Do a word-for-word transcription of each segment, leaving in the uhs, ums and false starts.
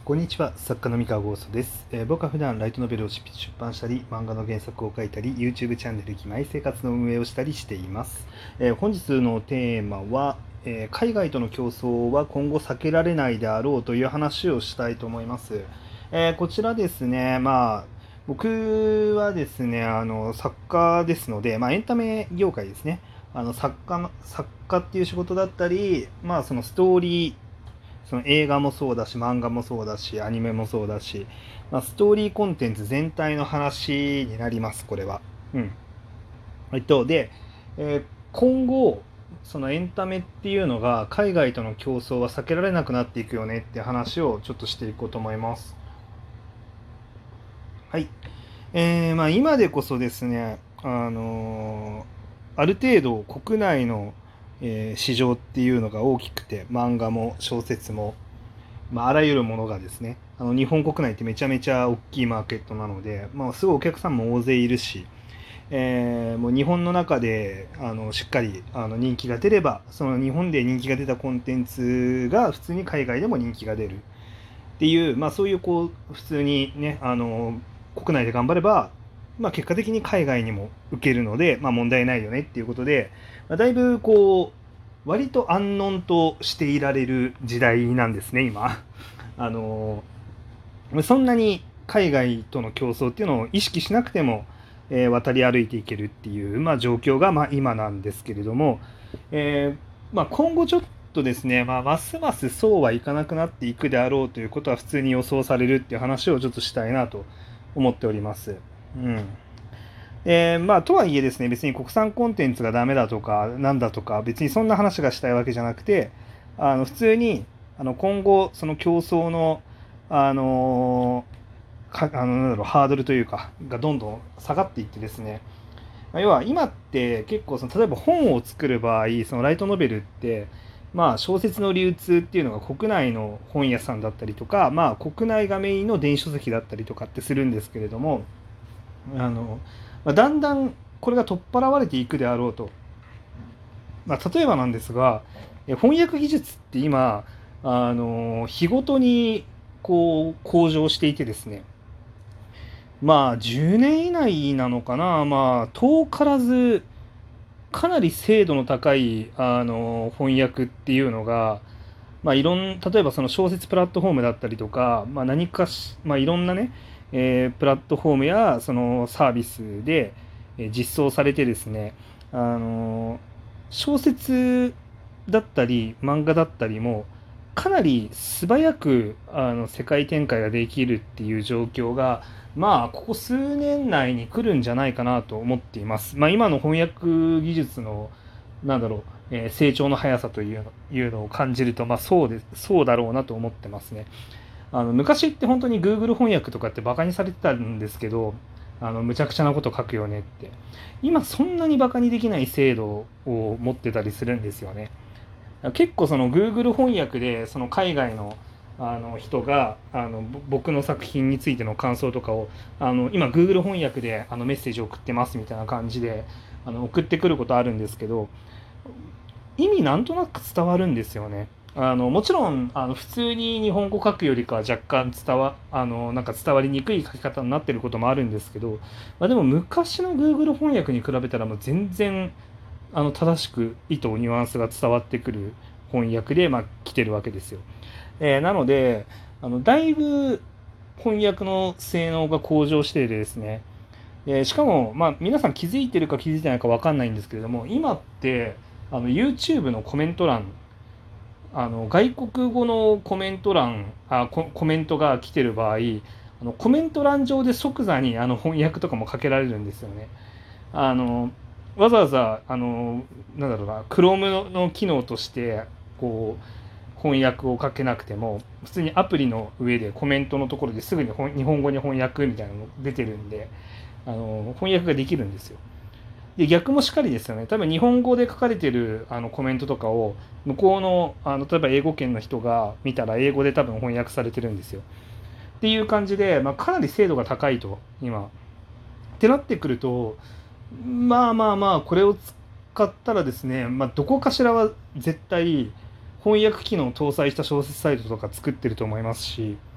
こんにちは、作家の三河ゴーストです、えー、僕は普段ライトノベルを執筆出版したり、漫画の原作を書いたり、YouTube チャンネル義妹生活の運営をしたりしています。えー、本日のテーマは、えー、海外との競争は今後避けられないであろうという話をしたいと思います。えー、こちらですね、まあ僕はですね、あの作家ですので、まあ、エンタメ業界ですね。あの作家の作家っていう仕事だったり、まあ、そのストーリーその映画もそうだし、漫画もそうだし、アニメもそうだし、まあ、ストーリーコンテンツ全体の話になります、これは。うん。えっと、で、えー今後、そのエンタメっていうのが海外との競争は避けられなくなっていくよねって話をちょっとしていこうと思います。はい。えーまあ、今でこそですね、あのーある程度国内の、えー市場っていうのが大きくて、漫画も小説も、まあ、あらゆるものがですね、あの日本国内ってめちゃめちゃ大きいマーケットなので、まあ、すごいお客さんも大勢いるし、えーもう日本の中であのしっかりあの人気が出れば、その日本で人気が出たコンテンツが普通に海外でも人気が出るっていう、まあ、そういうこう普通にね、あの国内で頑張れば、まあ、結果的に海外にも受けるので、まあ、問題ないよねっていうことで、まあ、だいぶこう割と安穏としていられる時代なんですね今。あのそんなに海外との競争っていうのを意識しなくても、えー渡り歩いていけるっていう、まあ、状況がまあ今なんですけれども、えーまあ、今後ちょっとですね、まあ、ますますそうはいかなくなっていくであろうということは普通に予想されるっていう話をちょっとしたいなと思っております。うんえーまあ、とはいえですね、別に国産コンテンツがダメだとか、なんだとか、別にそんな話がしたいわけじゃなくて、あの普通にあの今後、その競争の、あのかあのなんだろうハードルというか、がどんどん下がっていってですね、要は今って結構その、例えば本を作る場合、そのライトノベルって、まあ、小説の流通っていうのが国内の本屋さんだったりとか、まあ、国内がメインの電子書籍だったりとかってするんですけれども、あの、まあ、だんだんこれが取っ払われていくであろうと。まあ、例えばなんですが、翻訳技術って今、あの日ごとにこう向上していてですね、まあじゅうねん以内なのかな、まあ遠からずかなり精度の高いあの翻訳っていうのが、まあ、いろん例えばその小説プラットフォームだったりとか、まあ、何かし、まあ、いろんなね、えープラットフォームやそのサービスでえー実装されてですね、あの小説だったり漫画だったりもかなり素早くあの世界展開ができるっていう状況が、まあここ数年内に来るんじゃないかなと思っています。まあ、今の翻訳技術のなんだろう、えー成長の速さというのいうのを感じると、まあ、そうでそうだろうなと思ってますね。あの昔って本当に Google 翻訳とかってバカにされてたんですけど、あのむちゃくちゃなこと書くよねって、今そんなにバカにできない精度を持ってたりするんですよね。結構その Google 翻訳でその海外のあの人があの僕の作品についての感想とかをあの今 Google 翻訳であのメッセージを送ってますみたいな感じであの送ってくることあるんですけど、意味なんとなく伝わるんですよね。あのもちろんあの普通に日本語書くよりかは若干伝わあのなんか伝わりにくい書き方になってることもあるんですけど、まあ、でも昔の Google 翻訳に比べたらもう全然あの正しく意図ニュアンスが伝わってくる翻訳で、まあ、来てるわけですよ。えーなのであのだいぶ翻訳の性能が向上していてですね、えーしかも、まあ、皆さん気づいてるか気づいてないか分かんないんですけれども、今ってあの YouTube のコメント欄、あの外国語のコメント欄あコ、コメントが来てる場合、あのコメント欄上で即座にあの翻訳とかもかけられるんですよね。あのわざわざあのなんだろうな Chrome の機能としてこう翻訳をかけなくても、普通にアプリの上でコメントのところですぐに日本語に翻訳みたいなの出てるんで、あの翻訳ができるんですよ。で逆もしかりですよね。多分日本語で書かれてるあのコメントとかを向こうのあの例えば英語圏の人が見たら英語で多分翻訳されてるんですよ。っていう感じで、まあ、かなり精度が高いと今。ってなってくると、まあまあまあこれを使ったらですね、まあ、どこかしらは絶対翻訳機能を搭載した小説サイトとか作ってると思いますし、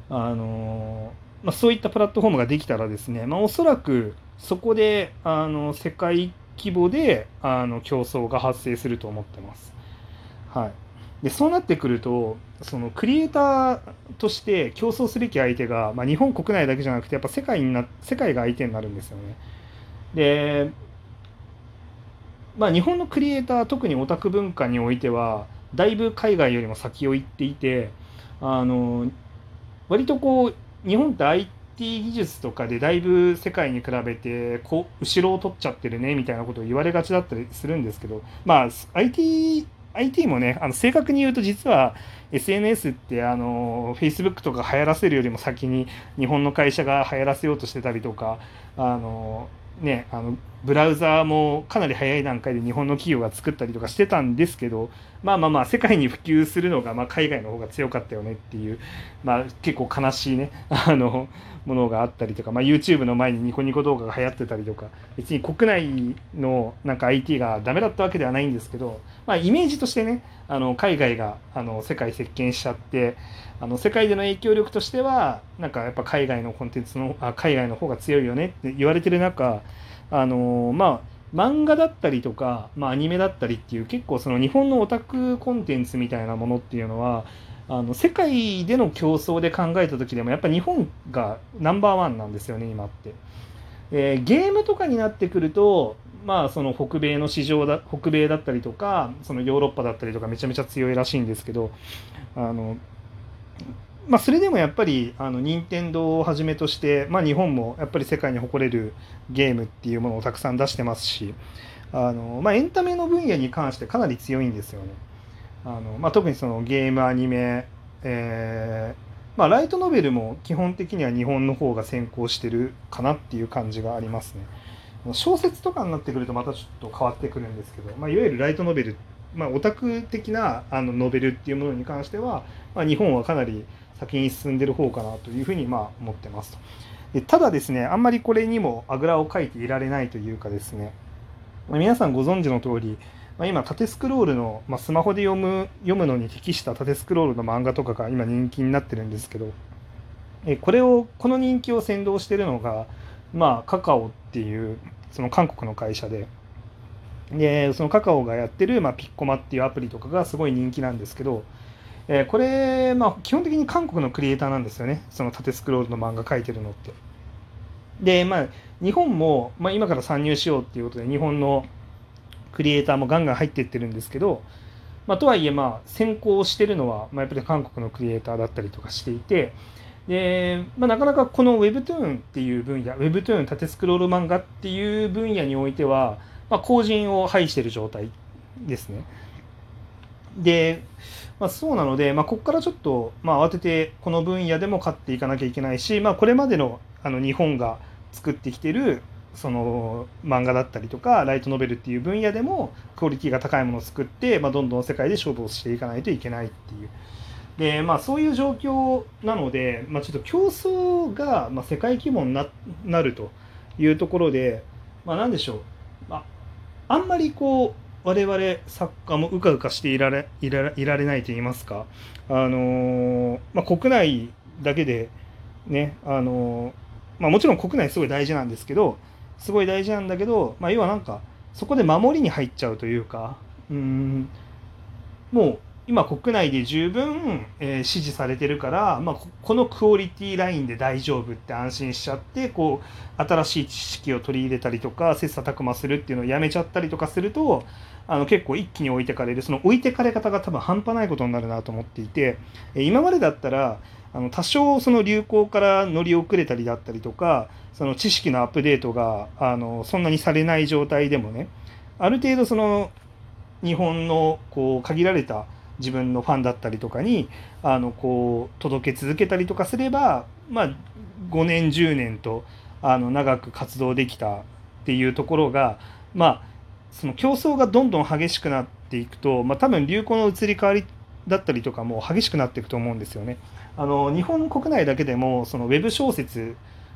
あの、まあ、そういったプラットフォームができたらですね、まあ、おそらくそこであの世界規模であの競争が発生すると思ってます。はい、でそうなってくるとそのクリエイターとして競争すべき相手が、まあ、日本国内だけじゃなくてやっぱ世界にな世界が相手になるんですよね。で、まあ、日本のクリエイター特にオタク文化においてはだいぶ海外よりも先を行っていて、あの割とこう日本って アイティー 技術とかでだいぶ世界に比べてこう後ろを取っちゃってるねみたいなことを言われがちだったりするんですけど、まあ アイティー アイティー もね、あの正確に言うと実は エスエヌエス ってあの Facebook とか流行らせるよりも先に日本の会社が流行らせようとしてたりとか、あのね、あのブラウザーもかなり早い段階で日本の企業が作ったりとかしてたんですけど、まあまあまあ世界に普及するのがまあ海外の方が強かったよねっていう、まあ、結構悲しいねあのものがあったりとか、まあ、YouTube の前にニコニコ動画が流行ってたりとか、別に国内のなんか アイティー がダメだったわけではないんですけど、まあ、イメージとしてね、あの海外があの世界席巻しちゃって、あの世界での影響力としてはなんかやっぱ海外のコンテンツのあ海外の方が強いよねって言われてる中、あのまあ漫画だったりとか、まあ、アニメだったりっていう結構その日本のオタクコンテンツみたいなものっていうのはあの世界での競争で考えた時でもやっぱ日本がナンバーワンなんですよね今って。えーゲームとかになってくるとまあその北米の市場だ北米だったりとかそのヨーロッパだったりとかめちゃめちゃ強いらしいんですけど、あのまあ、それでもやっぱりあの任天堂をはじめとして、まあ、日本もやっぱり世界に誇れるゲームっていうものをたくさん出してますし、あの、まあ、エンタメの分野に関してかなり強いんですよね。あの、まあ、特にそのゲームアニメ、えーまあ、ライトノベルも基本的には日本の方が先行してるかなっていう感じがありますね。小説とかになってくるとまたちょっと変わってくるんですけど、まあ、いわゆるライトノベル、まあ、オタク的なあのノベルっていうものに関しては、まあ、日本はかなり先に進んでる方かなというふうにまあ思ってますと。でただですね、あんまりこれにもあぐらをかいていられないというかですね、まあ、皆さんご存知の通り、まあ、今縦スクロールの、まあ、スマホで読む読むのに適した縦スクロールの漫画とかが今人気になってるんですけど、えこれをこの人気を先導しているのが、まあ、カカオっていうその韓国の会社で、でそのカカオがやってる、まあ、ピッコマっていうアプリとかがすごい人気なんですけど、えーこれ、まあ、基本的に韓国のクリエイターなんですよね、その縦スクロールの漫画描いてるのって。で、まあ、日本も、まあ、今から参入しようっていうことで日本のクリエイターもガンガン入っていってるんですけど、まあ、とはいえまあ先行してるのは、まあ、やっぱり韓国のクリエイターだったりとかしていて、で、まあ、なかなかこの Webtoon っていう分野 Webtoon 縦スクロール漫画っていう分野においては、まあ、後塵を拝している状態ですね。で、まあ、そうなので、まあ、ここからちょっと、まあ、慌ててこの分野でも勝っていかなきゃいけないし、まあ、これまでのあの日本が作ってきてるその漫画だったりとかライトノベルっていう分野でもクオリティが高いものを作って、まあ、どんどん世界で勝負をしていかないといけないっていう。で、まあ、そういう状況なので、まあ、ちょっと競争が、まあ、世界規模にな、なるというところで、まあ、なんでしょう、まあ、あんまりこう我々作家もうかうかしていられいられいられないと言いますか、あのーまあ、国内だけでね、あのーまあ、もちろん国内すごい大事なんですけどすごい大事なんだけど、まあ、要はなんかそこで守りに入っちゃうというか、うーんもう今国内で十分、えー支持されてるから、まあ、ここのクオリティラインで大丈夫って安心しちゃってこう新しい知識を取り入れたりとか切磋琢磨するっていうのをやめちゃったりとかするとあの結構一気に置いてかれるその置いてかれ方が多分半端ないことになるなと思っていて、えー今までだったらあの多少その流行から乗り遅れたりだったりとかその知識のアップデートがあのそんなにされない状態でもね、ある程度その日本のこう限られた自分のファンだったりとかにあのこう届け続けたりとかすれば、まあ、ごねんじゅうねんとあの長く活動できたっていうところが、まあ、その競争がどんどん激しくなっていくと、まあ、多分流行の移り変わりだったりとかも激しくなっていくと思うんですよね。あの日本国内だけでもそのウェブ小説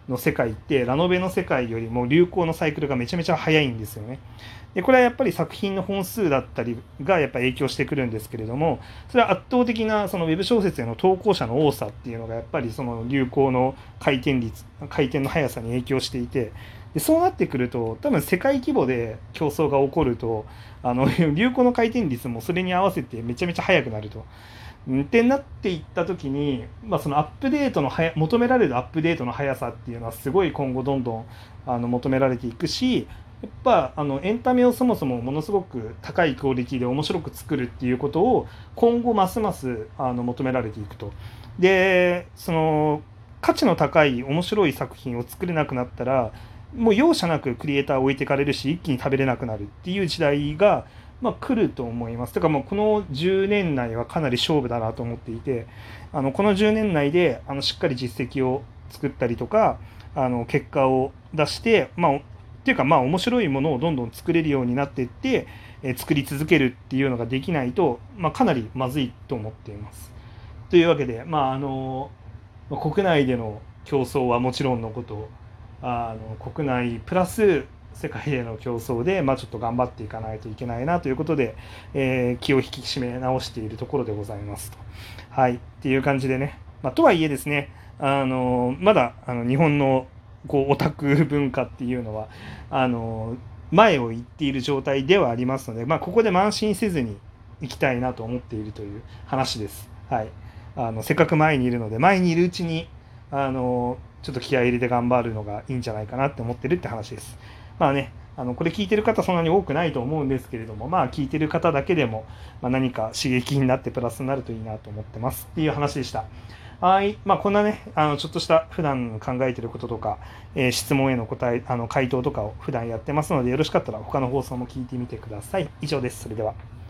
の世界ってラノベの世界よりも流行のサイクルがめちゃめちゃ早いんですよね。でこれはやっぱり作品の本数だったりがやっぱ影響してくるんですけれども、それは圧倒的なそのウェブ小説への投稿者の多さっていうのがやっぱりその流行の回転率回転の速さに影響していて、でそうなってくると多分世界規模で競争が起こるとあの流行の回転率もそれに合わせてめちゃめちゃ速くなると。ってなっていった時に、まあ、そのアップデートのはや求められるアップデートの速さっていうのはすごい今後どんどんあの求められていくし、やっぱあのエンタメをそもそもものすごく高いクオリティで面白く作るっていうことを今後ますますあの求められていくと。でその価値の高い面白い作品を作れなくなったらもう容赦なくクリエイターを置いてかれるし一気に食べれなくなるっていう時代がまあ、来ると思います。だからもうこのじゅうねん内はかなり勝負だなと思っていて、あのこのじゅうねん内であのしっかり実績を作ったりとかあの結果を出して、まあ、っていうかまあ面白いものをどんどん作れるようになっていって、えー、作り続けるっていうのができないと、まあ、かなりまずいと思っています。というわけで、まあ、あの国内での競争はもちろんのことあの国内プラス世界での競争で、まあ、ちょっと頑張っていかないといけないなということで、えー、気を引き締め直しているところでございますと。はい、っていう感じでね、まあ、とはいえですね、あのまだあの日本のこうオタク文化っていうのはあの前を行っている状態ではありますので、まあ、ここで慢心せずに行きたいなと思っているという話です。はい、あのせっかく前にいるので前にいるうちにあのちょっと気合い入れて頑張るのがいいんじゃないかなって思ってるって話です。まあね、あのこれ聞いてる方そんなに多くないと思うんですけれども、まあ聞いてる方だけでも、まあ、何か刺激になってプラスになるといいなと思ってますっていう話でした。はい、まあこんなね、あのちょっとした普段考えてることとか、えー、質問への答え、あの回答とかを普段やってますので、よろしかったら他の放送も聞いてみてください。以上です。それでは。